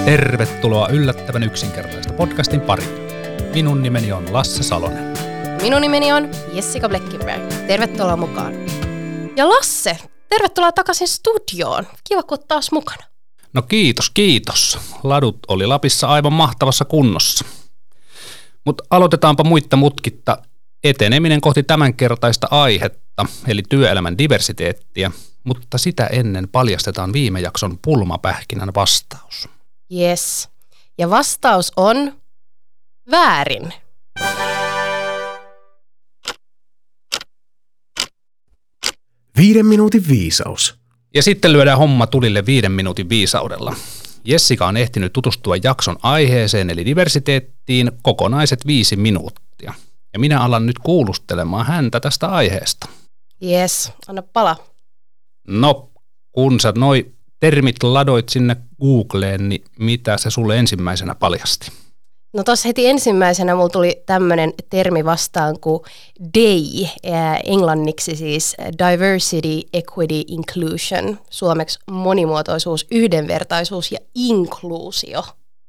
Tervetuloa yllättävän yksinkertaista podcastin pariin. Minun nimeni on Lasse Salonen. Minun nimeni on Jessica Bleckenberg. Tervetuloa mukaan. Ja Lasse, tervetuloa takaisin studioon. Kiva, kun olet taas mukana. No kiitos. Ladut oli Lapissa aivan mahtavassa kunnossa. Mutta aloitetaanpa muitta mutkitta eteneminen kohti tämänkertaista aihetta, eli työelämän diversiteettiä, mutta sitä ennen paljastetaan viime jakson pulmapähkinän vastaus. Yes. Ja vastaus on väärin. Viiden minuutin viisaus. Ja sitten lyödään homma tulille 5 minuutin viisaudella. Jessica on ehtinyt tutustua jakson aiheeseen eli diversiteettiin kokonaiset 5 minuuttia. Ja minä alan nyt kuulustelemaan häntä tästä aiheesta. Yes, anna pala. No, kun sä noi termit ladoit sinne Googleen, niin mitä se sulle ensimmäisenä paljasti? No tossa heti ensimmäisenä mulla tuli tämmönen termi vastaan kuin DEI, englanniksi siis Diversity, Equity, Inclusion, suomeksi monimuotoisuus, yhdenvertaisuus ja inkluusio.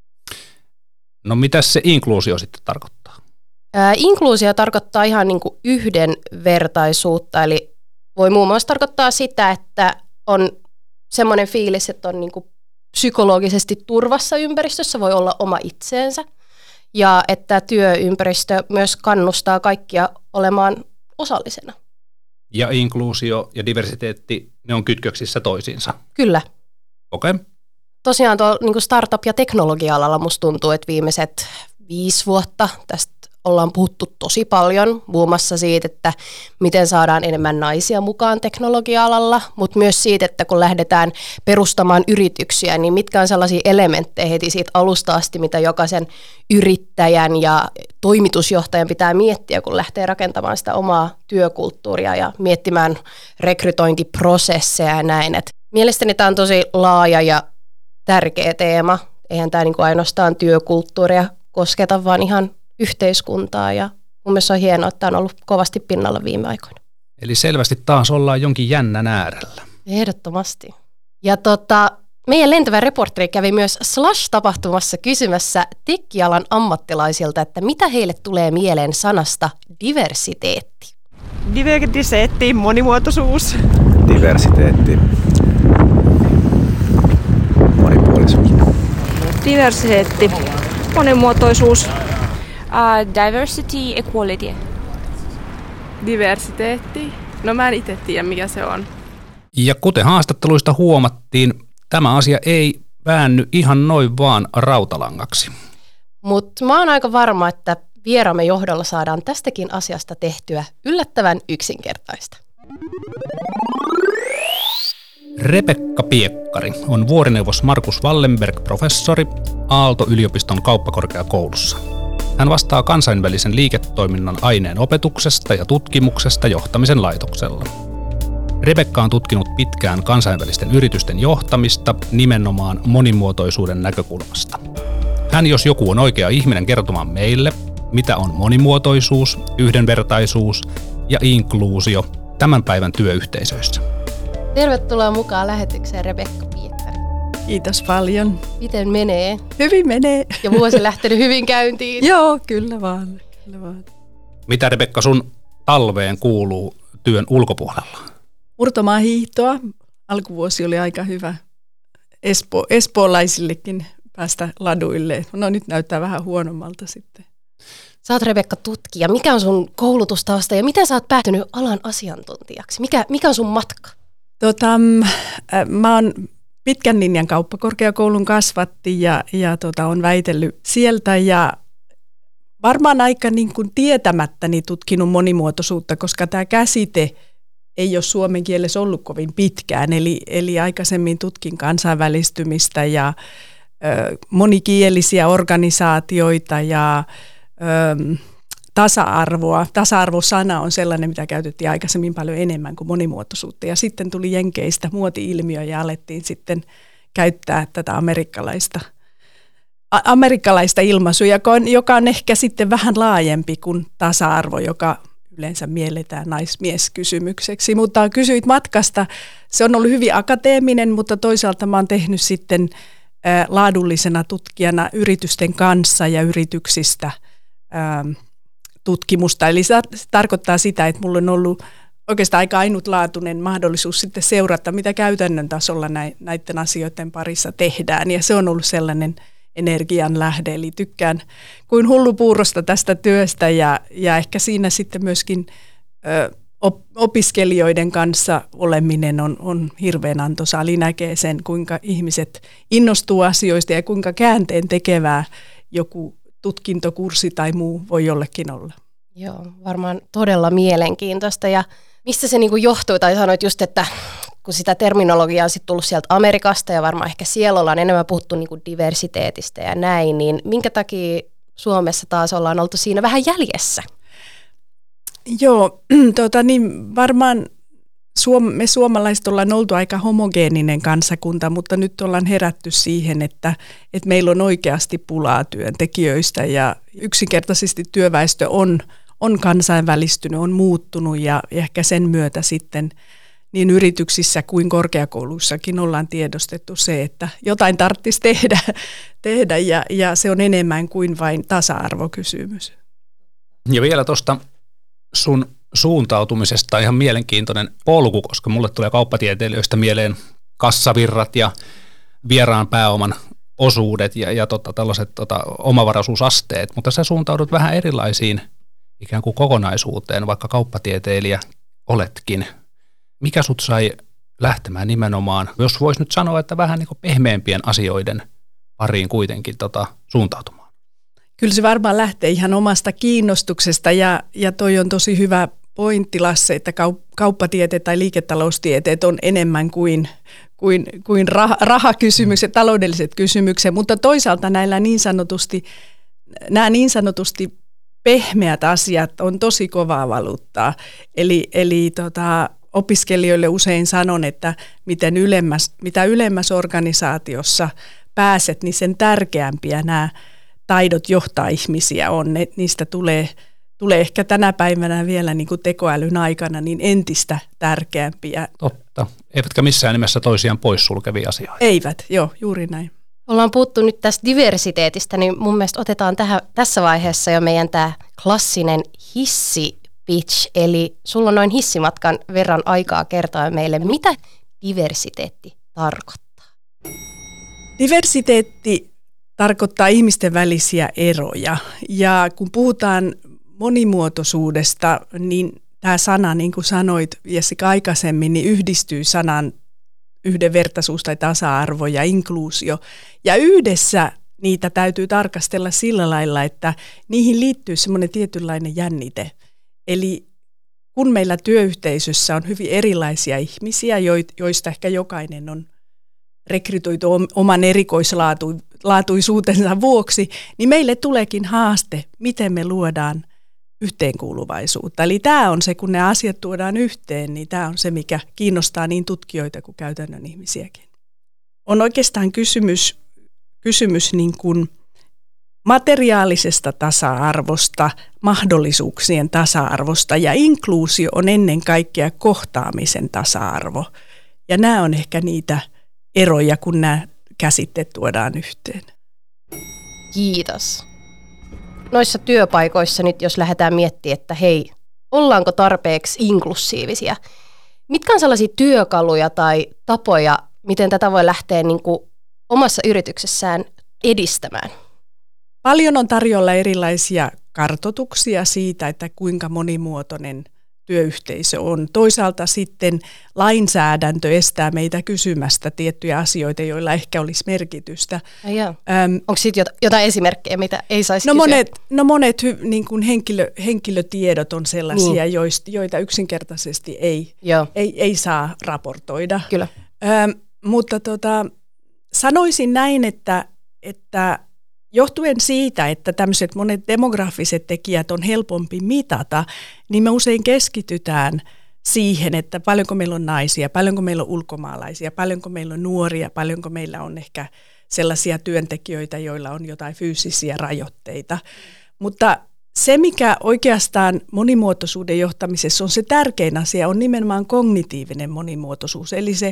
No mitäs se inkluusio sitten tarkoittaa? Inkluusio tarkoittaa ihan niin kuin yhdenvertaisuutta, eli voi muun muassa tarkoittaa sitä, että on semmoinen fiilis, että on niin kuin psykologisesti turvassa ympäristössä, voi olla oma itseensä, ja että työympäristö myös kannustaa kaikkia olemaan osallisena. Ja inkluusio ja diversiteetti, ne on kytköksissä toisiinsa? Kyllä. Okei. Tosiaan tuolla niin kuin startup- ja teknologia-alalla musta tuntuu, että viimeiset 5 vuotta tästä ollaan puhuttu tosi paljon, muun muassa siitä, että miten saadaan enemmän naisia mukaan teknologia-alalla, mutta myös siitä, että kun lähdetään perustamaan yrityksiä, niin mitkä on sellaisia elementtejä heti siitä alusta asti, mitä jokaisen yrittäjän ja toimitusjohtajan pitää miettiä, kun lähtee rakentamaan sitä omaa työkulttuuria ja miettimään rekrytointiprosesseja ja näin. Et mielestäni tämä on tosi laaja ja tärkeä teema. Eihän tämä niinku ainoastaan työkulttuuria kosketa, vaan ihan yhteiskuntaa, ja mun mielestä on hienoa, että on ollut kovasti pinnalla viime aikoina. Eli selvästi taas ollaan jonkin jännän äärellä. Ehdottomasti. Ja meidän lentävä reporteri kävi myös Slash-tapahtumassa kysymässä tekkialan ammattilaisilta, että mitä heille tulee mieleen sanasta diversiteetti. Diversiteetti, monimuotoisuus. Diversiteetti. Monipuolisuus. Diversiteetti, monimuotoisuus. Diversity, equality. Diversiteetti. No mä en itse tiedä, mikä se on. Ja kuten haastatteluista huomattiin, tämä asia ei väänny ihan noin vaan rautalangaksi. Mutta mä oon aika varma, että vieraamme johdolla saadaan tästäkin asiasta tehtyä yllättävän yksinkertaista. Rebekka Piekkari on vuorineuvos Markus Wallenberg-professori Aalto-yliopiston kauppakorkeakoulussa. Hän vastaa kansainvälisen liiketoiminnan aineen opetuksesta ja tutkimuksesta johtamisen laitoksella. Rebekka on tutkinut pitkään kansainvälisten yritysten johtamista nimenomaan monimuotoisuuden näkökulmasta. Hän jos joku on oikea ihminen kertomaan meille, mitä on monimuotoisuus, yhdenvertaisuus ja inkluusio tämän päivän työyhteisöissä. Tervetuloa mukaan lähetykseen, Rebekka Piekkari. Kiitos paljon. Miten menee? Hyvin menee. Ja vuosi lähtenyt hyvin käyntiin. Joo, kyllä vaan. Mitä Rebekka sun talveen kuuluu työn ulkopuolella? Murtomaahiihtoa. Alkuvuosi oli aika hyvä espoolaisillekin päästä laduille. No nyt näyttää vähän huonommalta sitten. Sä oot, Rebekka, tutkija. Mikä on sun koulutustausta ja miten sä oot päätynyt alan asiantuntijaksi? Mikä on sun matka? Mä oon pitkän linjan kauppakorkeakoulun kasvatti ja on väitellyt sieltä ja varmaan aika niin kuin tietämättäni tutkinut monimuotoisuutta, koska tämä käsite ei ole suomen kielessä ollut kovin pitkään. Eli aikaisemmin tutkin kansainvälistymistä ja monikielisiä organisaatioita ja tasa-arvoa. Tasa-arvosana on sellainen, mitä käytettiin aikaisemmin paljon enemmän kuin monimuotoisuutta. Ja sitten tuli Jenkeistä muoti-ilmiö ja alettiin sitten käyttää tätä amerikkalaista ilmaisua, joka on ehkä sitten vähän laajempi kuin tasa-arvo, joka yleensä mielletään naismieskysymykseksi. Mutta kysyit matkasta. Se on ollut hyvin akateeminen, mutta toisaalta mä oon tehnyt sitten laadullisena tutkijana yritysten kanssa ja yrityksistä tutkimusta. Eli se tarkoittaa sitä, että mulla on ollut oikeastaan aika ainutlaatuinen mahdollisuus sitten seurata, mitä käytännön tasolla näiden asioiden parissa tehdään. Ja se on ollut sellainen energian lähde, eli tykkään kuin hullupuurosta tästä työstä ja ehkä siinä sitten myöskin opiskelijoiden kanssa oleminen on hirveän antoisaa. Eli näkee sen, kuinka ihmiset innostuu asioista ja kuinka käänteen tekevää joku tutkintokurssi tai muu voi jollekin olla. Joo, varmaan todella mielenkiintoista. Ja mistä se niin kuin johtuu, tai sanoit just, että kun sitä terminologiaa on sitten tullut sieltä Amerikasta ja varmaan ehkä siellä ollaan enemmän puhuttu niin kuin diversiteetistä ja näin, niin minkä takia Suomessa taas ollaan oltu siinä vähän jäljessä? Joo, niin varmaan me suomalaiset ollaan oltu aika homogeeninen kansakunta, mutta nyt ollaan herätty siihen, että meillä on oikeasti pulaa työntekijöistä ja yksinkertaisesti työväestö on kansainvälistynyt, on muuttunut ja ehkä sen myötä sitten niin yrityksissä kuin korkeakouluissakin ollaan tiedostettu se, että jotain tarvitsisi tehdä ja se on enemmän kuin vain tasa-arvokysymys. Ja vielä tuosta sun suuntautumisesta ihan mielenkiintoinen polku, koska mulle tulee kauppatieteilijöistä mieleen kassavirrat ja vieraan pääoman osuudet ja tällaiset omavaraisuusasteet, mutta sä suuntaudut vähän erilaisiin ikään kuin kokonaisuuteen, vaikka kauppatieteilijä oletkin. Mikä sut sai lähtemään nimenomaan, jos vois nyt sanoa, että vähän niin kuin pehmeämpien asioiden pariin kuitenkin suuntautumaan? Kyllä se varmaan lähtee ihan omasta kiinnostuksesta ja toi on tosi hyvä pointti, Lasse, että kauppatieteet tai liiketaloustieteet on enemmän kuin rahakysymykset, taloudelliset kysymykset, mutta toisaalta nämä niin sanotusti pehmeät asiat on tosi kovaa valuuttaa. Eli opiskelijoille usein sanon, että mitä ylemmäs organisaatiossa pääset, niin sen tärkeämpiä nämä taidot johtaa ihmisiä on. Niistä tulee ehkä tänä päivänä vielä niin kuin tekoälyn aikana niin entistä tärkeämpiä. Totta. Eivätkä missään nimessä toisiaan poissulkevia asioita. Eivät, joo, juuri näin. Ollaan puhuttu nyt tästä diversiteetistä, niin mun mielestä otetaan tässä vaiheessa jo meidän tämä klassinen hissi-pitch, eli sulla on noin hissimatkan verran aikaa kertoa meille, mitä diversiteetti tarkoittaa. Diversiteetti tarkoittaa ihmisten välisiä eroja, ja kun puhutaan monimuotoisuudesta, niin tämä sana, niin kuin sanoit Jessica aikaisemmin, niin yhdistyy sanan yhdenvertaisuus tai tasa-arvo ja inkluusio. Ja yhdessä niitä täytyy tarkastella sillä lailla, että niihin liittyy semmoinen tietynlainen jännite. Eli kun meillä työyhteisössä on hyvin erilaisia ihmisiä, joista ehkä jokainen on rekrytoitu oman erikoislaatuisuutensa vuoksi, niin meille tuleekin haaste, miten me luodaan yhteenkuuluvaisuutta. Eli tämä on se, kun ne asiat tuodaan yhteen, niin tämä on se, mikä kiinnostaa niin tutkijoita kuin käytännön ihmisiäkin. On oikeastaan kysymys niin kuin materiaalisesta tasa-arvosta, mahdollisuuksien tasa-arvosta ja inkluusio on ennen kaikkea kohtaamisen tasa-arvo. Ja nämä on ehkä niitä eroja, kun nämä käsitteet tuodaan yhteen. Kiitos. Noissa työpaikoissa nyt, jos lähdetään miettimään, että hei, ollaanko tarpeeksi inklusiivisia? Mitkä on sellaisia työkaluja tai tapoja, miten tätä voi lähteä niin kuin omassa yrityksessään edistämään? Paljon on tarjolla erilaisia kartoituksia siitä, että kuinka monimuotoinen työyhteisö on. Toisaalta sitten lainsäädäntö estää meitä kysymästä tiettyjä asioita, joilla ehkä olisi merkitystä. Onko siitä jotain esimerkkejä, mitä ei saisi kysyä? Monet niin kuin henkilötiedot on sellaisia, joita yksinkertaisesti ei saa raportoida. Kyllä. Mutta sanoisin näin, että johtuen siitä, että tämmöiset monet demografiset tekijät on helpompi mitata, niin me usein keskitytään siihen, että paljonko meillä on naisia, paljonko meillä on ulkomaalaisia, paljonko meillä on nuoria, paljonko meillä on ehkä sellaisia työntekijöitä, joilla on jotain fyysisiä rajoitteita. Mutta se, mikä oikeastaan monimuotoisuuden johtamisessa on se tärkein asia, on nimenomaan kognitiivinen monimuotoisuus, eli se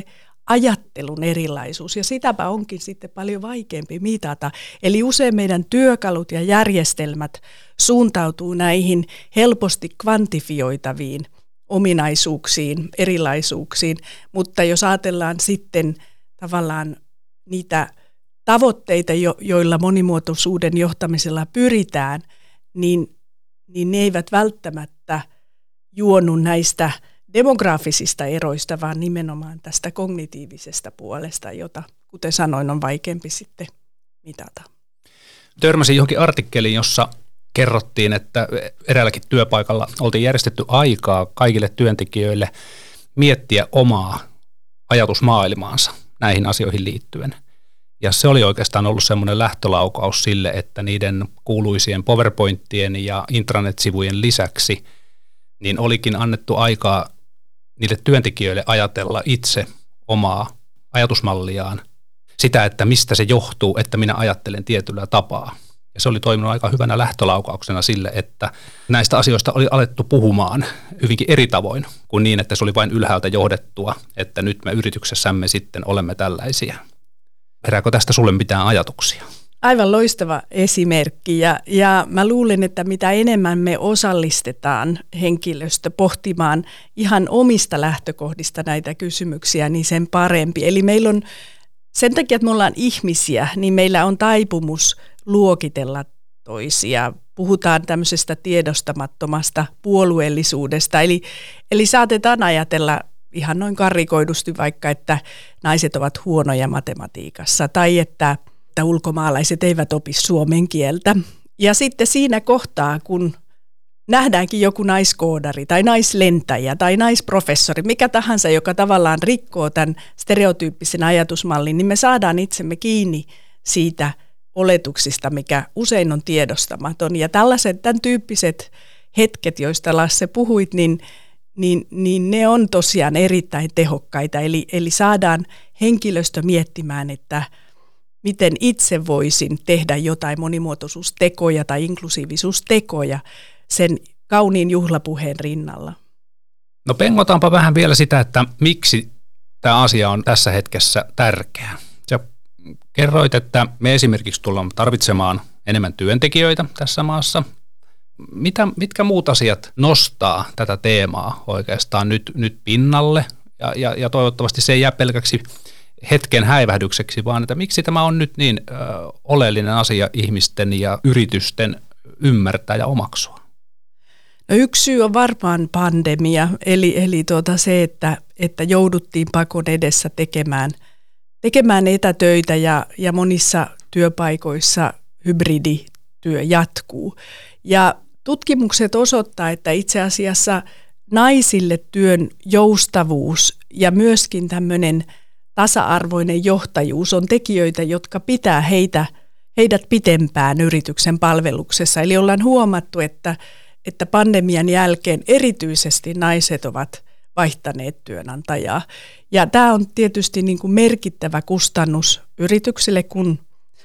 ajattelun erilaisuus, ja sitäpä onkin sitten paljon vaikeampi mitata. Eli usein meidän työkalut ja järjestelmät suuntautuu näihin helposti kvantifioitaviin ominaisuuksiin, erilaisuuksiin, mutta jos ajatellaan sitten tavallaan niitä tavoitteita, joilla monimuotoisuuden johtamisella pyritään, niin ne eivät välttämättä juonnu näistä demografisista eroista, vaan nimenomaan tästä kognitiivisesta puolesta, jota, kuten sanoin, on vaikeampi sitten mitata. Törmäsin johonkin artikkeliin, jossa kerrottiin, että eräälläkin työpaikalla oltiin järjestetty aikaa kaikille työntekijöille miettiä omaa ajatusmaailmaansa näihin asioihin liittyen. Ja se oli oikeastaan ollut semmoinen lähtölaukaus sille, että niiden kuuluisien PowerPointien ja intranet-sivujen lisäksi niin olikin annettu aikaa niille työntekijöille ajatella itse omaa ajatusmalliaan, sitä, että mistä se johtuu, että minä ajattelen tietyllä tapaa. Ja se oli toiminut aika hyvänä lähtölaukauksena sille, että näistä asioista oli alettu puhumaan hyvinkin eri tavoin kuin niin, että se oli vain ylhäältä johdettua, että nyt me yrityksessämme sitten olemme tällaisia. Herääkö tästä sulle mitään ajatuksia? Aivan loistava esimerkki ja mä luulen, että mitä enemmän me osallistetaan henkilöstö pohtimaan ihan omista lähtökohdista näitä kysymyksiä, niin sen parempi. Eli meillä on, sen takia, että me ollaan ihmisiä, niin meillä on taipumus luokitella toisia. Puhutaan tämmöisestä tiedostamattomasta puolueellisuudesta, eli saatetaan ajatella ihan noin karrikoidusti vaikka, että naiset ovat huonoja matematiikassa tai että ulkomaalaiset eivät opi suomen kieltä. Ja sitten siinä kohtaa, kun nähdäänkin joku naiskoodari tai naislentäjä tai naisprofessori, mikä tahansa, joka tavallaan rikkoo tämän stereotyyppisen ajatusmallin, niin me saadaan itsemme kiinni siitä oletuksista, mikä usein on tiedostamaton. Ja tämän tyyppiset hetket, joista Lasse puhuit, niin ne on tosiaan erittäin tehokkaita. Eli saadaan henkilöstö miettimään, että miten itse voisin tehdä jotain monimuotoisuustekoja tai inklusiivisuustekoja sen kauniin juhlapuheen rinnalla. No pengotaanpa vähän vielä sitä, että miksi tämä asia on tässä hetkessä tärkeä. Sä kerroit, että me esimerkiksi tullaan tarvitsemaan enemmän työntekijöitä tässä maassa. Mitkä muut asiat nostaa tätä teemaa oikeastaan nyt pinnalle ja toivottavasti se ei jää pelkäksi hetken häivähdykseksi, vaan että miksi tämä on nyt niin oleellinen asia ihmisten ja yritysten ymmärtää ja omaksua? No yksi syy on varmaan pandemia, eli se, että jouduttiin pakon edessä tekemään etätöitä ja monissa työpaikoissa hybridityö jatkuu. Ja tutkimukset osoittaa, että itse asiassa naisille työn joustavuus ja myöskin tämmöinen tasa-arvoinen johtajuus on tekijöitä, jotka pitää heidät pitempään yrityksen palveluksessa. Eli ollaan huomattu, että pandemian jälkeen erityisesti naiset ovat vaihtaneet työnantajaa. Ja tämä on tietysti niin kuin merkittävä kustannus yrityksille, kun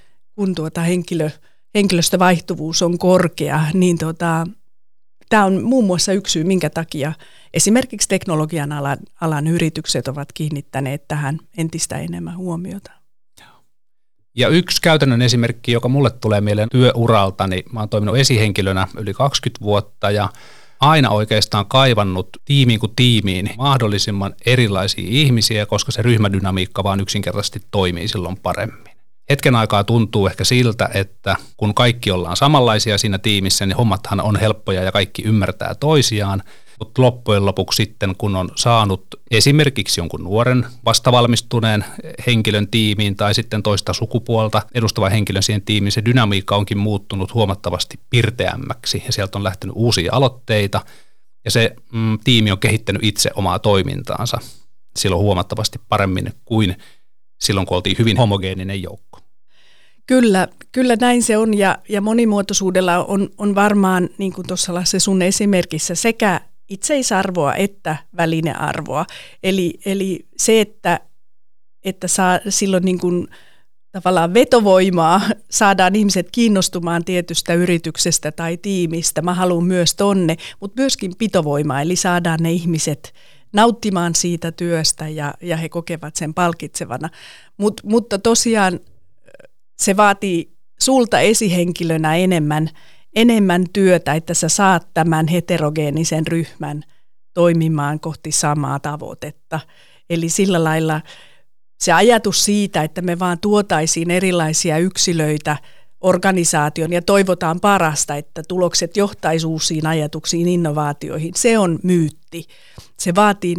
henkilöstövaihtuvuus on korkea, niin tämä on muun muassa yksi syy, minkä takia esimerkiksi teknologian alan yritykset ovat kiinnittäneet tähän entistä enemmän huomiota. Ja yksi käytännön esimerkki, joka mulle tulee mieleen työuraltani, mä oon toiminut esihenkilönä yli 20 vuotta ja aina oikeastaan kaivannut tiimiin kuin tiimiin mahdollisimman erilaisia ihmisiä, koska se ryhmädynamiikka vaan yksinkertaisesti toimii silloin paremmin. Hetken aikaa tuntuu ehkä siltä, että kun kaikki ollaan samanlaisia siinä tiimissä, niin hommathan on helppoja ja kaikki ymmärtää toisiaan. Mutta loppujen lopuksi sitten, kun on saanut esimerkiksi jonkun nuoren vastavalmistuneen henkilön tiimiin tai sitten toista sukupuolta edustavan henkilön siihen tiimiin, se dynamiikka onkin muuttunut huomattavasti pirteämmäksi ja sieltä on lähtenyt uusia aloitteita ja se tiimi on kehittänyt itse omaa toimintaansa silloin huomattavasti paremmin kuin silloin, kun oltiin hyvin homogeeninen joukko. Kyllä näin se on ja monimuotoisuudella on varmaan, niin kuin tuossa Lasse sun esimerkissä, sekä itseisarvoa että välinearvoa. Eli se, että saa silloin niin kuin tavallaan vetovoimaa, saadaan ihmiset kiinnostumaan tietystä yrityksestä tai tiimistä. Mä haluan myös tonne, mutta myöskin pitovoimaa, eli saadaan ne ihmiset nauttimaan siitä työstä ja he kokevat sen palkitsevana. Mutta tosiaan se vaatii sulta esihenkilönä enemmän työtä, että sä saat tämän heterogeenisen ryhmän toimimaan kohti samaa tavoitetta. Eli sillä lailla se ajatus siitä, että me vaan tuotaisiin erilaisia yksilöitä organisaation ja toivotaan parasta, että tulokset johtaisi uusiin ajatuksiin, innovaatioihin, se on myytti. Se vaatii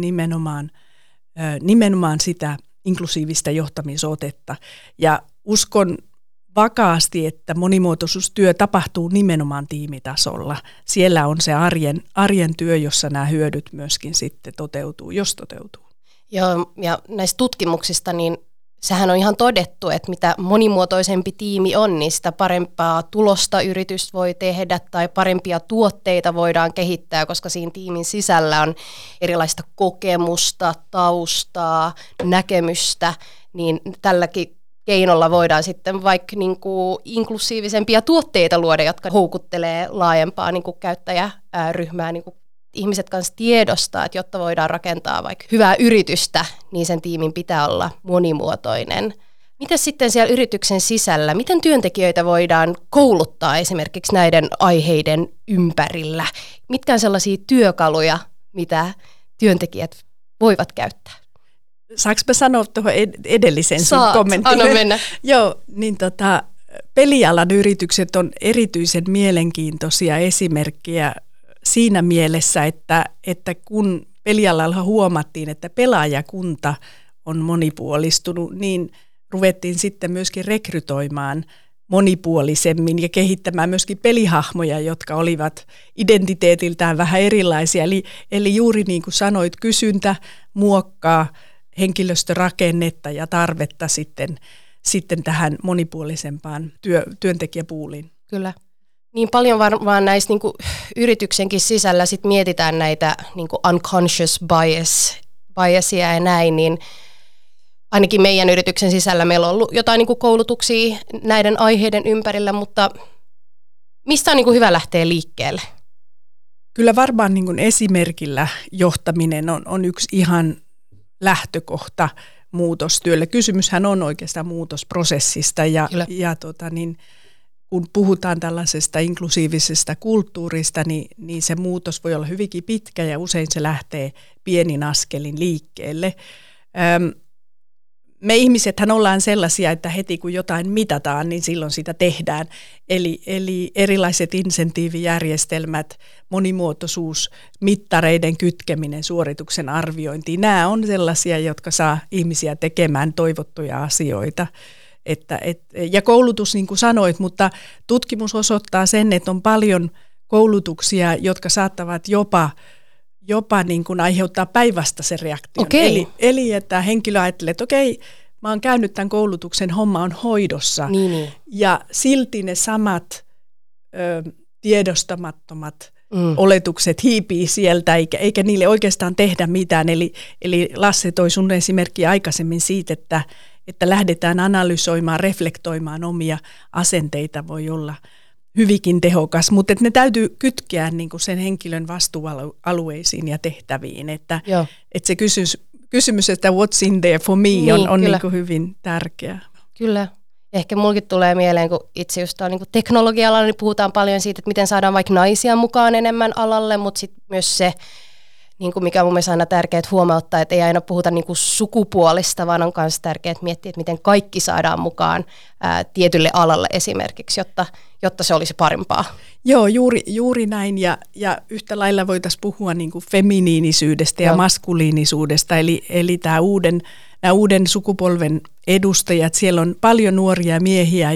nimenomaan sitä inklusiivista johtamisotetta. Ja uskon vakaasti, että monimuotoisuustyö tapahtuu nimenomaan tiimitasolla. Siellä on se arjen työ, jossa nämä hyödyt myöskin sitten toteutuu, jos toteutuu. Joo, ja näistä tutkimuksista, niin sehän on ihan todettu, että mitä monimuotoisempi tiimi on, niin sitä parempaa tulosta yritys voi tehdä tai parempia tuotteita voidaan kehittää, koska siinä tiimin sisällä on erilaista kokemusta, taustaa, näkemystä, niin tälläkin keinolla voidaan sitten vaikka niin kuin inklusiivisempia tuotteita luoda, jotka houkuttelee laajempaa niin kuin käyttäjäryhmää, niin kuin ihmiset kanssa tiedostaa, että jotta voidaan rakentaa vaikka hyvää yritystä, niin sen tiimin pitää olla monimuotoinen. Miten sitten siellä yrityksen sisällä, miten työntekijöitä voidaan kouluttaa esimerkiksi näiden aiheiden ympärillä? Mitkä on sellaisia työkaluja, mitä työntekijät voivat käyttää? Saanko mä sanoa tuohon edellisen kommentin? Anna mennä. Joo, niin pelialan yritykset on erityisen mielenkiintoisia esimerkkejä siinä mielessä, että kun pelialalla huomattiin, että pelaajakunta on monipuolistunut, niin ruvettiin sitten myöskin rekrytoimaan monipuolisemmin ja kehittämään myöskin pelihahmoja, jotka olivat identiteetiltään vähän erilaisia. Eli juuri niin kuin sanoit, kysyntä muokkaa henkilöstörakennetta ja tarvetta sitten tähän monipuolisempaan työntekijäpuuliin. Kyllä. Niin paljon varmaan näissä niin kuin yrityksenkin sisällä sit mietitään näitä niin kuin unconscious biasia ja näin, niin ainakin meidän yrityksen sisällä meillä on ollut jotain niin kuin koulutuksia näiden aiheiden ympärillä, mutta mistä on niin kuin hyvä lähteä liikkeelle? Kyllä varmaan niin kuin esimerkillä johtaminen on yksi ihan lähtökohta muutostyölle. Kysymyshän on oikeastaan muutosprosessista ja kun puhutaan tällaisesta inklusiivisesta kulttuurista, niin se muutos voi olla hyvinkin pitkä ja usein se lähtee pienin askelin liikkeelle. Me ihmisethän ollaan sellaisia, että heti kun jotain mitataan, niin silloin sitä tehdään. Eli erilaiset insentiivijärjestelmät, monimuotoisuus, mittareiden kytkeminen suorituksen arviointiin, nämä on sellaisia, jotka saa ihmisiä tekemään toivottuja asioita. Ja koulutus, niin kuin sanoit, mutta tutkimus osoittaa sen, että on paljon koulutuksia, jotka saattavat jopa niin kuin aiheuttaa päinvastaisen reaktion. Okay. Eli että henkilö ajattelee, että okei, mä oon käynyt tämän koulutuksen, homma on hoidossa. Niin. Ja silti ne samat tiedostamattomat oletukset hiipii sieltä, eikä niille oikeastaan tehdä mitään. Eli Lasse toi sun esimerkki aikaisemmin siitä, että lähdetään analysoimaan, reflektoimaan omia asenteita, voi olla hyvinkin tehokas, mutta ne täytyy kytkeä niin kuin sen henkilön vastuualueisiin ja tehtäviin. Että se kysymys, että what's in there for me on niin kuin hyvin tärkeä. Kyllä. Ehkä mullekin tulee mieleen, kun itse just on niin kuin teknologia-alalla, niin puhutaan paljon siitä, että miten saadaan vaikka naisia mukaan enemmän alalle, mutta sitten myös se, niin kuin mikä on mun mielestä aina tärkeää huomauttaa, että ei aina puhuta niin kuin sukupuolista, vaan on myös tärkeää miettiä, että miten kaikki saadaan mukaan tietylle alalle esimerkiksi, jotta se olisi parempaa. Joo, juuri näin. Ja yhtä lailla voitaisiin puhua niin kuin feminiinisyydestä ja maskuliinisuudesta, eli tämä uuden sukupolven edustajat. Siellä on paljon nuoria miehiä,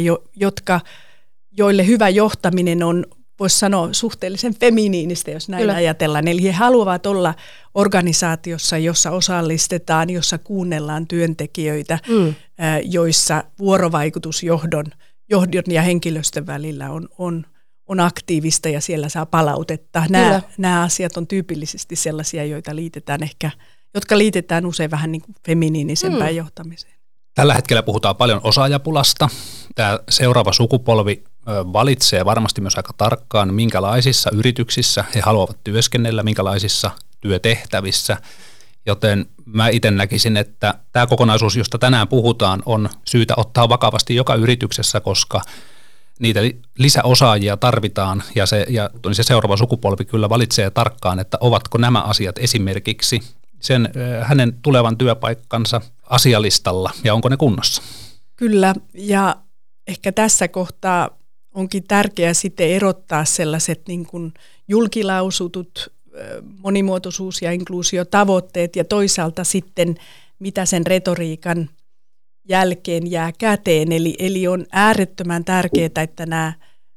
joille hyvä johtaminen on, voisi sanoa, suhteellisen feminiinistä, jos näin ajatellaan. Eli he haluavat olla organisaatiossa, jossa osallistetaan, jossa kuunnellaan työntekijöitä, joissa vuorovaikutus johdon ja henkilöstön välillä on aktiivista ja siellä saa palautetta. Nämä asiat on tyypillisesti sellaisia, jotka liitetään usein vähän niin kuin feminiinisempään johtamiseen. Tällä hetkellä puhutaan paljon osaajapulasta. Tämä seuraava sukupolvi valitsee varmasti myös aika tarkkaan, minkälaisissa yrityksissä he haluavat työskennellä, minkälaisissa työtehtävissä. Joten mä itse näkisin, että tämä kokonaisuus, josta tänään puhutaan, on syytä ottaa vakavasti joka yrityksessä, koska niitä lisäosaajia tarvitaan ja se seuraava sukupolvi kyllä valitsee tarkkaan, että ovatko nämä asiat esimerkiksi hänen tulevan työpaikkansa asialistalla ja onko ne kunnossa. Kyllä, ja ehkä tässä kohtaa onkin tärkeää sitten erottaa sellaiset niin kuin julkilausutut monimuotoisuus- ja inkluusiotavoitteet ja toisaalta sitten mitä sen retoriikan jälkeen jää käteen. Eli on äärettömän tärkeää, että nämä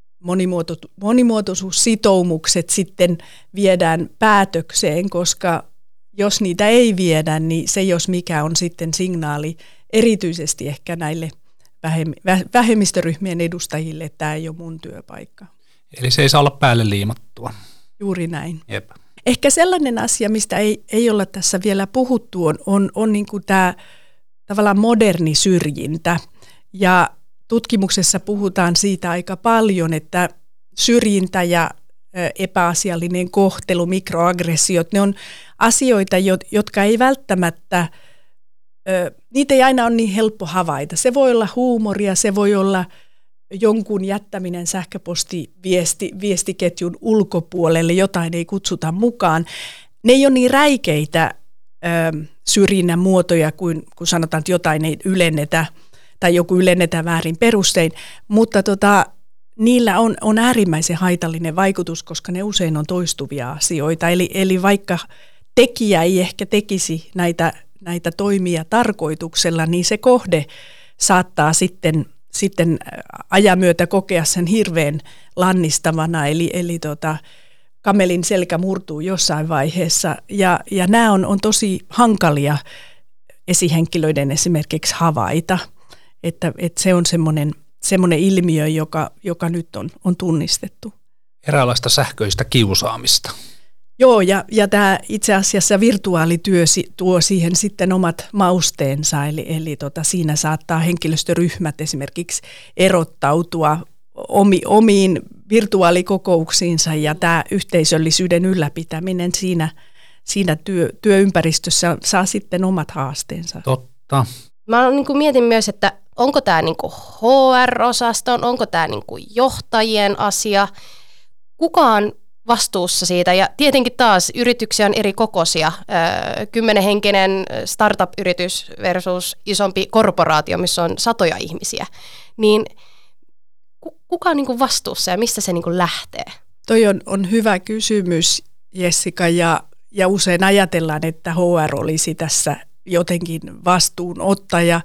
monimuotoisuussitoumukset sitten viedään päätökseen, koska jos niitä ei viedä, niin se jos mikä on sitten signaali erityisesti ehkä näille vähemmistöryhmien edustajille, että tämä ei ole mun työpaikka. Eli se ei saa olla päälle liimattua. Juuri näin. Jep. Ehkä sellainen asia, mistä ei olla tässä vielä puhuttu, on niin kuin tämä tavallaan moderni syrjintä. Ja tutkimuksessa puhutaan siitä aika paljon, että syrjintä ja epäasiallinen kohtelu, mikroaggressiot, ne on asioita, jotka ei välttämättä, niitä ei aina ole niin helppo havaita. Se voi olla huumoria, se voi olla jonkun jättäminen sähköpostiviestiketjun ulkopuolelle, jotain ei kutsuta mukaan. Ne ei ole niin räikeitä syrjinnän muotoja, kuin kun sanotaan, että jotain ei ylennetä tai joku ylennetään väärin perustein, mutta niillä on äärimmäisen haitallinen vaikutus, koska ne usein on toistuvia asioita. Eli vaikka tekijä ei ehkä tekisi näitä toimia tarkoituksella, niin se kohde saattaa sitten ajan myötä kokea sen hirveän lannistavana, eli kamelin selkä murtuu jossain vaiheessa. Ja nämä on tosi hankalia esihenkilöiden esimerkiksi havaita, että se on semmoinen ilmiö, joka nyt on tunnistettu. Eräänlaista sähköistä kiusaamista. Joo, ja tämä itse asiassa virtuaalityö tuo siihen sitten omat mausteensa, eli siinä saattaa henkilöstöryhmät esimerkiksi erottautua omiin virtuaalikokouksiinsa, ja tämä yhteisöllisyyden ylläpitäminen siinä työympäristössä saa sitten omat haasteensa. Totta. Mä mietin myös, että onko tämä HR-osaston, onko tämä johtajien asia, kuka on vastuussa siitä, ja tietenkin taas yrityksiä on eri kokoisia, 10-henkinen startup-yritys versus isompi korporaatio, missä on satoja ihmisiä, niin kuka on vastuussa ja mistä se lähtee? Toi on hyvä kysymys, Jessica, ja usein ajatellaan, että HR olisi tässä jotenkin vastuunottaja.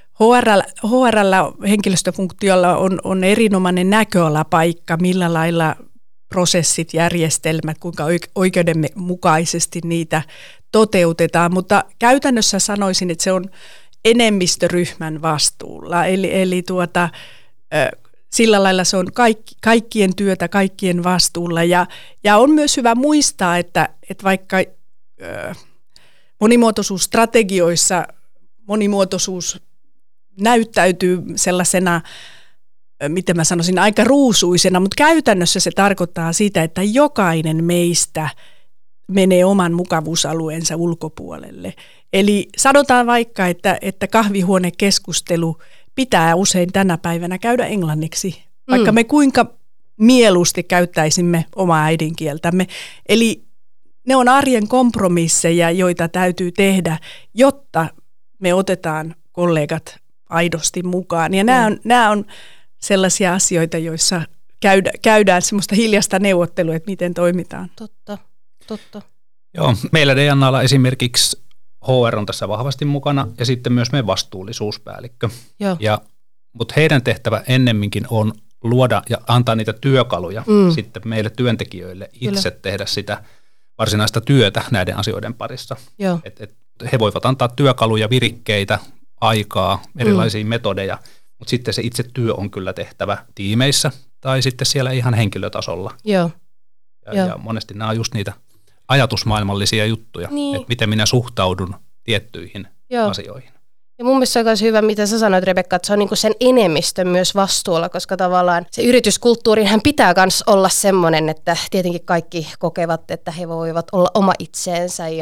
HR:llä henkilöstöfunktiolla on erinomainen näköalapaikka, millä lailla prosessit, järjestelmät, kuinka oikeudenmukaisesti niitä toteutetaan, mutta käytännössä sanoisin, että se on enemmistöryhmän vastuulla, eli sillä lailla se on kaikkien työtä, kaikkien vastuulla, ja on myös hyvä muistaa, että vaikka monimuotoisuusstrategioissa monimuotoisuus näyttäytyy sellaisena, miten mä sanoisin, aika ruusuisena, mutta käytännössä se tarkoittaa sitä, että jokainen meistä menee oman mukavuusalueensa ulkopuolelle. Eli sanotaan vaikka, että kahvihuonekeskustelu pitää usein tänä päivänä käydä englanniksi, vaikka me kuinka mieluusti käyttäisimme omaa äidinkieltämme. Eli ne on arjen kompromisseja, joita täytyy tehdä, jotta me otetaan kollegat aidosti mukaan. Ja nämä on sellaisia asioita, joissa käydään semmoista hiljaista neuvottelua, että miten toimitaan. Totta. Joo, meillä DNAlla esimerkiksi HR on tässä vahvasti mukana ja sitten myös meidän vastuullisuuspäällikkö. Mutta heidän tehtävä ennemminkin on luoda ja antaa niitä työkaluja sitten meille työntekijöille itse tehdä sitä varsinaista työtä näiden asioiden parissa. Et he voivat antaa työkaluja, virikkeitä, aikaa, erilaisia metodeja, mutta sitten se itse työ on kyllä tehtävä tiimeissä tai sitten siellä ihan henkilötasolla. Ja monesti nämä on just niitä ajatusmaailmallisia juttuja, että miten minä suhtaudun tiettyihin asioihin. Ja mun mielestä se on myös hyvä, mitä sä sanoit, Rebekka, että se on sen enemmistön myös vastuulla, koska tavallaan se yrityskulttuurinhan pitää myös olla semmoinen, että tietenkin kaikki kokevat, että he voivat olla oma itseensä ja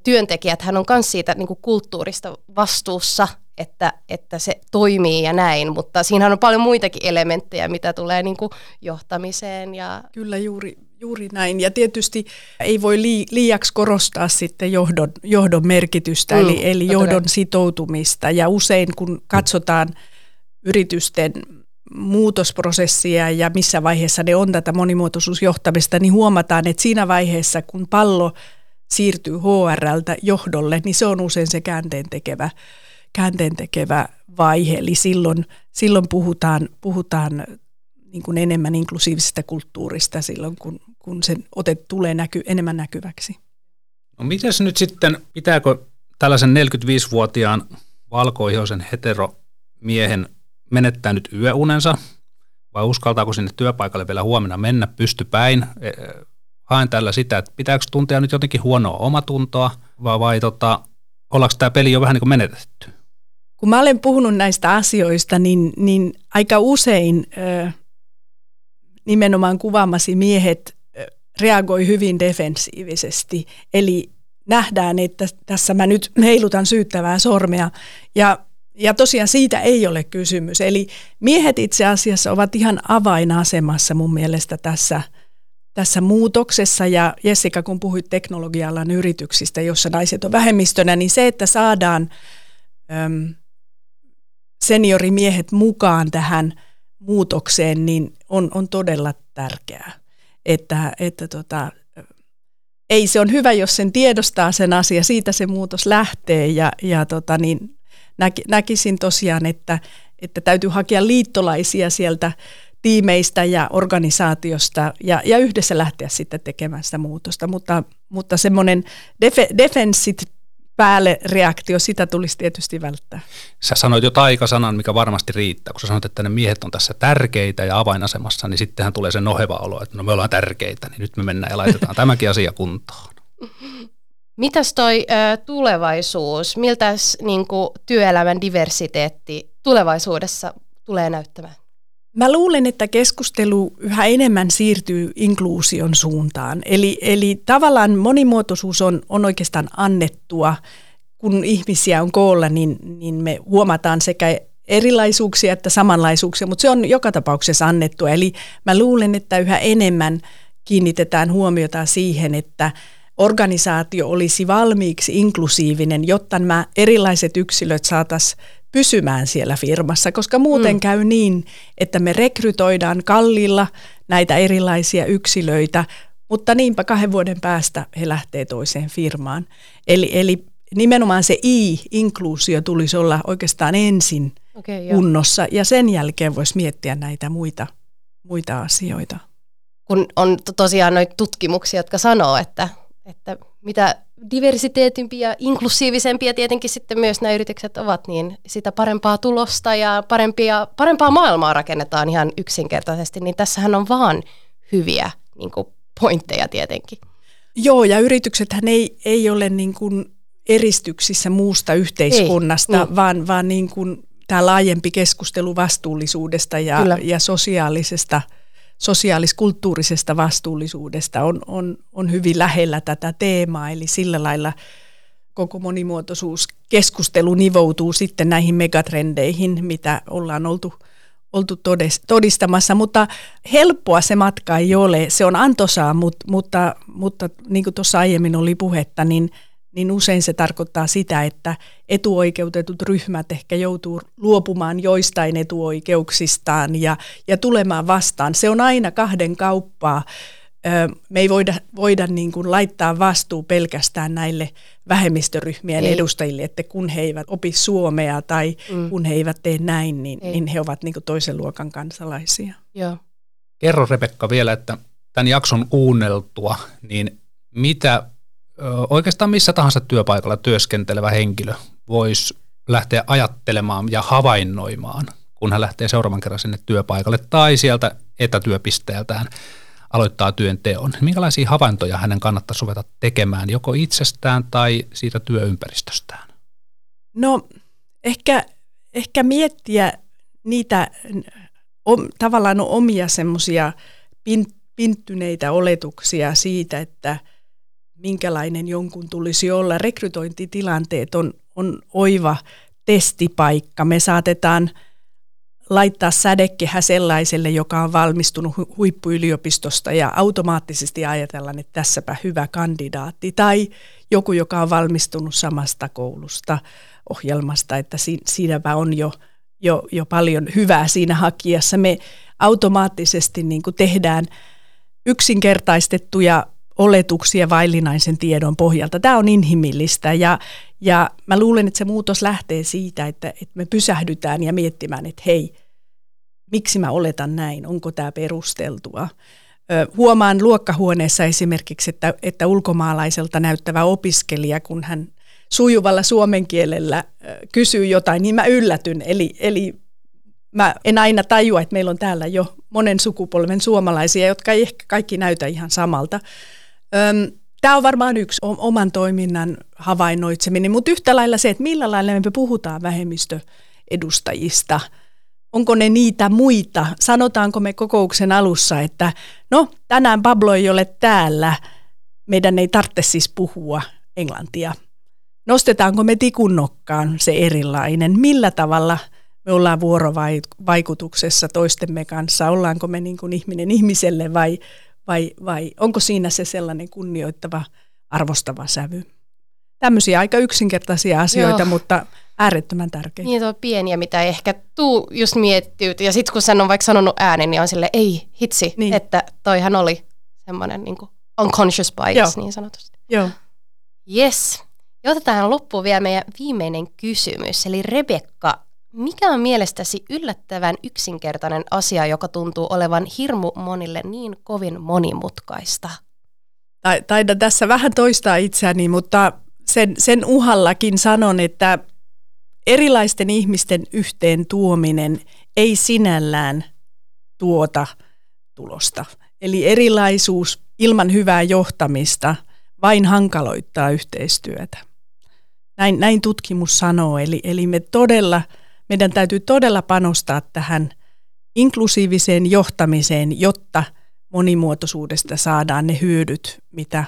työntekijät hän on myös siitä niin kuin kulttuurista vastuussa, että se toimii ja näin, mutta siinähän on paljon muitakin elementtejä, mitä tulee niin kuin johtamiseen. Ja Kyllä juuri näin. Ja tietysti ei voi liiaksi korostaa sitten johdon merkitystä, eli johdon sitoutumista. Ja usein kun katsotaan yritysten muutosprosessia ja missä vaiheessa ne on tätä monimuotoisuusjohtamista, niin huomataan, että siinä vaiheessa, kun pallo siirtyy HR:ltä johdolle, niin se on usein se käänteentekevä vaihe. Eli silloin puhutaan niin kuin enemmän inklusiivisesta kulttuurista silloin, kun sen ote tulee enemmän näkyväksi. No mites nyt sitten, pitääkö tällaisen 45-vuotiaan valkoihoisen heteromiehen menettää nyt yöunensa, vai uskaltaako sinne työpaikalle vielä huomenna mennä pystypäin? Haen tällä sitä, että pitääkö tuntea nyt jotenkin huonoa omatuntoa, vai ollaanko tämä peli jo vähän niin kuin menetetty? Kun mä olen puhunut näistä asioista, niin aika usein nimenomaan kuvaamasi miehet reagoi hyvin defensiivisesti. Eli nähdään, että tässä mä nyt heilutan syyttävää sormea. Ja tosiaan siitä ei ole kysymys. Eli miehet itse asiassa ovat ihan avainasemassa mun mielestä tässä muutoksessa. Ja Jessica, kun puhuit teknologia-alan yrityksistä, jossa naiset on vähemmistönä, niin se, että saadaan seniorimiehet mukaan tähän muutokseen, niin on todella tärkeää. Ei se on hyvä, jos sen tiedostaa sen asia, siitä se muutos lähtee niin näkisin tosiaan, että täytyy hakea liittolaisia sieltä tiimeistä ja organisaatiosta ja yhdessä lähteä sitten tekemään sitä muutosta, mutta semmoinen defenssit päälle reaktio, sitä tulisi tietysti välttää. Sä sanoit jo taikasanan, mikä varmasti riittää. Kun sä sanoit, että ne miehet on tässä tärkeitä ja avainasemassa, niin sittenhän tulee se noheva olo, että no me ollaan tärkeitä, niin nyt me mennään ja laitetaan tämäkin asia kuntoon. Mitäs toi tulevaisuus, miltäs niin kuin työelämän diversiteetti tulevaisuudessa tulee näyttämään? Mä luulen, että keskustelu yhä enemmän siirtyy inkluusion suuntaan. Eli tavallaan monimuotoisuus on oikeastaan annettua. Kun ihmisiä on koolla, niin me huomataan sekä erilaisuuksia että samanlaisuuksia, mutta se on joka tapauksessa annettua. Eli mä luulen, että yhä enemmän kiinnitetään huomiota siihen, että organisaatio olisi valmiiksi inklusiivinen, jotta nämä erilaiset yksilöt saataisiin pysymään siellä firmassa, koska muuten käy niin, että me rekrytoidaan kalliilla näitä erilaisia yksilöitä, mutta niinpä 2 vuoden päästä he lähtee toiseen firmaan. Eli nimenomaan se inkluusio tulisi olla oikeastaan ensin kunnossa ja sen jälkeen voisi miettiä näitä muita asioita. Kun on tosiaan noita tutkimuksia, jotka sanoo, että mitä diversiteetimpiä ja inklusiivisempia tietenkin sitten myös nämä yritykset ovat, niin sitä parempaa tulosta ja parempaa maailmaa rakennetaan ihan yksinkertaisesti, niin tässähän on vaan hyviä niin kuin pointteja tietenkin. Joo, ja yrityksethän ei ole niin kuin eristyksissä muusta yhteiskunnasta, vaan niin kuin tämä laajempi keskustelu vastuullisuudesta ja sosiaalis-kulttuurisesta vastuullisuudesta on hyvin lähellä tätä teemaa, eli sillä lailla koko monimuotoisuuskeskustelu nivoutuu sitten näihin megatrendeihin, mitä ollaan oltu todistamassa, mutta helppoa se matka ei ole, se on antoisaa, mutta niin kuin tuossa aiemmin oli puhetta, niin usein se tarkoittaa sitä, että etuoikeutetut ryhmät ehkä joutuu luopumaan joistain etuoikeuksistaan ja tulemaan vastaan. Se on aina kahden kauppaa. Me ei voida niin kuin laittaa vastuu pelkästään näille vähemmistöryhmien edustajille, että kun he eivät opi suomea tai kun he eivät tee näin, niin he ovat niin kuin toisen luokan kansalaisia. Joo. Kerro Rebekka vielä, että tämän jakson kuunneltua, niin mitä oikeastaan missä tahansa työpaikalla työskentelevä henkilö voisi lähteä ajattelemaan ja havainnoimaan, kun hän lähtee seuraavan kerran sinne työpaikalle tai sieltä etätyöpisteeltään aloittaa työnteon. Minkälaisia havaintoja hänen kannattaisi ruveta tekemään joko itsestään tai siitä työympäristöstään? No ehkä miettiä niitä tavallaan omia semmoisia pinttyneitä oletuksia siitä, että minkälainen jonkun tulisi olla. Rekrytointitilanteet on oiva testipaikka. Me saatetaan laittaa sädekehä sellaiselle, joka on valmistunut huippuyliopistosta ja automaattisesti ajatellaan, että tässäpä hyvä kandidaatti. Tai joku, joka on valmistunut samasta koulusta, ohjelmasta, että siinäpä on jo paljon hyvää siinä hakijassa. Me automaattisesti niin kuin tehdään yksinkertaistettuja oletuksia vaillinaisen tiedon pohjalta. Tämä on inhimillistä ja mä luulen, että se muutos lähtee siitä, että me pysähdytään ja miettimään, että hei, miksi mä oletan näin, onko tämä perusteltua. Huomaan luokkahuoneessa esimerkiksi, että ulkomaalaiselta näyttävä opiskelija, kun hän sujuvalla suomen kielellä kysyy jotain, niin mä yllätyn. Eli mä en aina tajua, että meillä on täällä jo monen sukupolven suomalaisia, jotka ei ehkä kaikki näytä ihan samalta. Tämä on varmaan yksi oman toiminnan havainnoitseminen, mutta yhtä lailla se, että millä lailla me puhutaan vähemmistöedustajista. Onko ne niitä muita? Sanotaanko me kokouksen alussa, että no tänään Pablo ei ole täällä, meidän ei tarvitse siis puhua englantia. Nostetaanko me tikun nokkaan se erilainen? Millä tavalla me ollaan vuorovaikutuksessa toistemme kanssa? Ollaanko me niin kuin ihminen ihmiselle vai onko siinä se sellainen kunnioittava, arvostava sävy? Tämmöisiä aika yksinkertaisia asioita, mutta äärettömän tärkeitä. Niin, tuo pieniä, mitä ei ehkä tuu just miettinyt. Ja sitten kun sen on vaikka sanonut äänen, niin on silleen, ei hitsi, niin. Että toihan oli semmoinen niin kuin unconscious bias niin sanotusti. Joo. Yes. Ja otetaan loppuun vielä meidän viimeinen kysymys. Eli Rebekka, mikä on mielestäsi yllättävän yksinkertainen asia, joka tuntuu olevan hirmu monille niin kovin monimutkaista? Taidan tässä vähän toistaa itseäni, mutta sen uhallakin sanon, että erilaisten ihmisten yhteen tuominen ei sinällään tuota tulosta. Eli erilaisuus ilman hyvää johtamista vain hankaloittaa yhteistyötä. Näin tutkimus sanoo. Eli meidän täytyy todella panostaa tähän inklusiiviseen johtamiseen, jotta monimuotoisuudesta saadaan ne hyödyt, mitä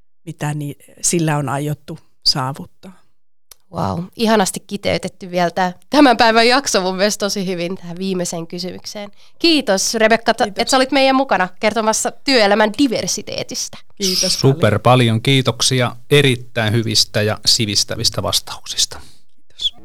sillä on aiottu saavuttaa. Wow, ihanasti kiteytetty vielä tämän päivän jakso mun mielestä tosi hyvin tähän viimeiseen kysymykseen. Kiitos Rebekka, että sä olit meidän mukana kertomassa työelämän diversiteetistä. Kiitos Super paljon kiitoksia erittäin hyvistä ja sivistävistä vastauksista. Kiitos.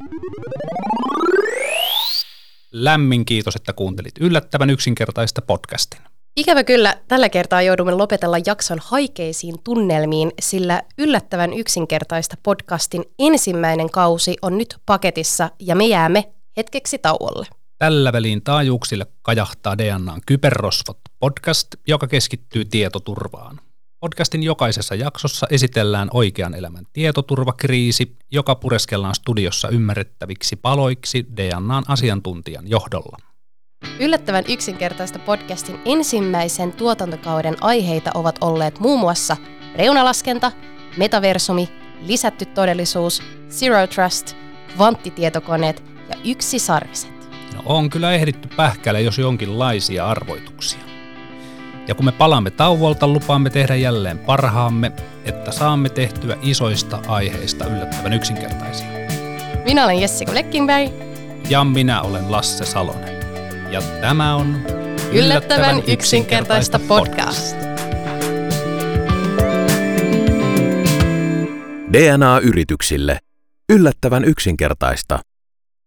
Lämmin kiitos, että kuuntelit yllättävän yksinkertaista podcastin. Ikävä kyllä, tällä kertaa joudumme lopetella jakson haikeisiin tunnelmiin, sillä yllättävän yksinkertaista podcastin ensimmäinen kausi on nyt paketissa ja me jäämme hetkeksi tauolle. Tällä väliin taajuuksille kajahtaa DNAn Kyberrosvot podcast, joka keskittyy tietoturvaan. Podcastin jokaisessa jaksossa esitellään oikean elämän tietoturvakriisi, joka pureskellaan studiossa ymmärrettäviksi paloiksi DNAn asiantuntijan johdolla. Yllättävän yksinkertaista podcastin ensimmäisen tuotantokauden aiheita ovat olleet muun muassa reunalaskenta, metaversumi, lisätty todellisuus, zero trust, kvanttitietokoneet ja yksisarviset. No on kyllä ehditty pähkäillä jos jonkinlaisia arvoituksia. Ja kun me palaamme tauolta, lupaamme tehdä jälleen parhaamme, että saamme tehtyä isoista aiheista yllättävän yksinkertaisia. Minä olen Jessica Bleckenberg. Ja minä olen Lasse Salonen. Ja tämä on Yllättävän yksinkertaista podcast. DNA-yrityksille. Yllättävän yksinkertaista.